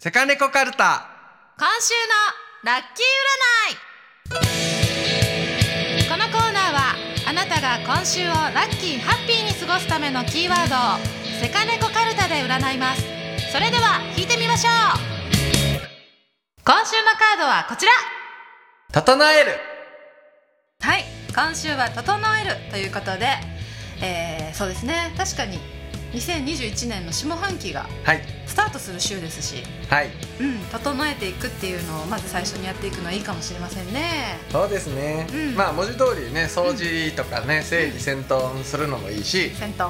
セカネコカルタ。 今週のラッキー占い。このコーナーはあなたが今週をラッキーハッピーに過ごすためのキーワードをセカネコカルタで占います。それでは引いてみましょう。今週のカードはこちら。 整える。 はい、今週は整えるということで、そうですね、確かに2021年の下半期がスタートする週ですし、 はい、 整えていくっていうのをまず最初にやっていくのはいいかもしれませんね。 そうですね、まあ文字通りね、掃除とかね、整理整頓するのもいいし、整理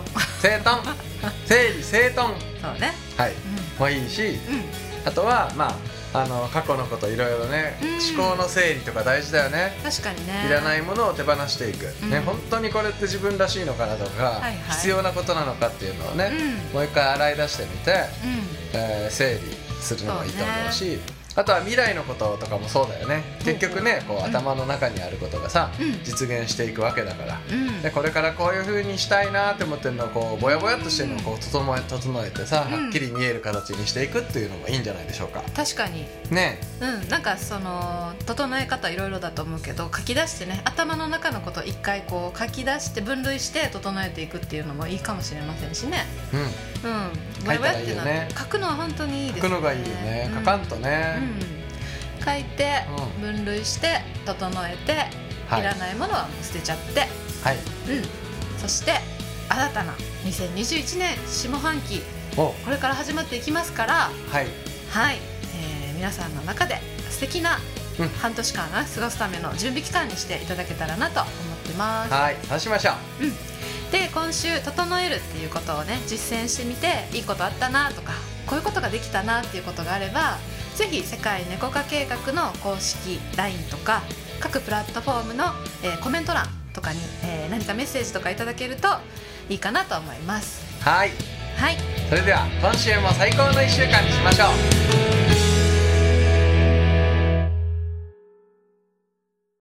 整頓そうね、 はい、もいいし、あとはまあ過去のこといろいろね、思考の整理とか大事だよね。 確かにね。 いらないものを手放していく、ね、本当にこれって自分らしいのかなとか、必要なことなのかっていうのをね、もう一回洗い出してみて、整理するのもいいと思うし、あとは未来のこととかもそうだよね。結局ね、こう頭の中にあることがさ、実現していくわけだから、でこれからこういう風にしたいなって思ってるのをこうぼやぼやっとしてるのをこう整えてさ、はっきり見える形にしていくっていうのもいいんじゃないでしょうか。 確かにね、 なんかその整え方いろいろだと思うけど、書き出してね、頭の中のことを一回こう書き出して分類して整えていくっていうのもいいかもしれませんしね。ぼやぼやってなって書くのは本当にいいですね。 書くのがいいよね、書かんとね、 書いて分類して整えて、いらないものはもう捨てちゃって、そして新たな2021年下半期、これから始まっていきますから、皆さんの中で素敵な半年間過ごすための準備期間にしていただけたらなと思ってます。 はい、そうしましょう。 で、今週整えるっていうことをね、実践してみていいことあったなとか、こういうことができたなっていうことがあれば、ぜひ世界猫化計画の公式 LINE とか各プラットフォームの、コメント欄とかに、何かメッセージとかいただけるといいかなと思います。 はい、それでは今週も最高の1週間にしましょう。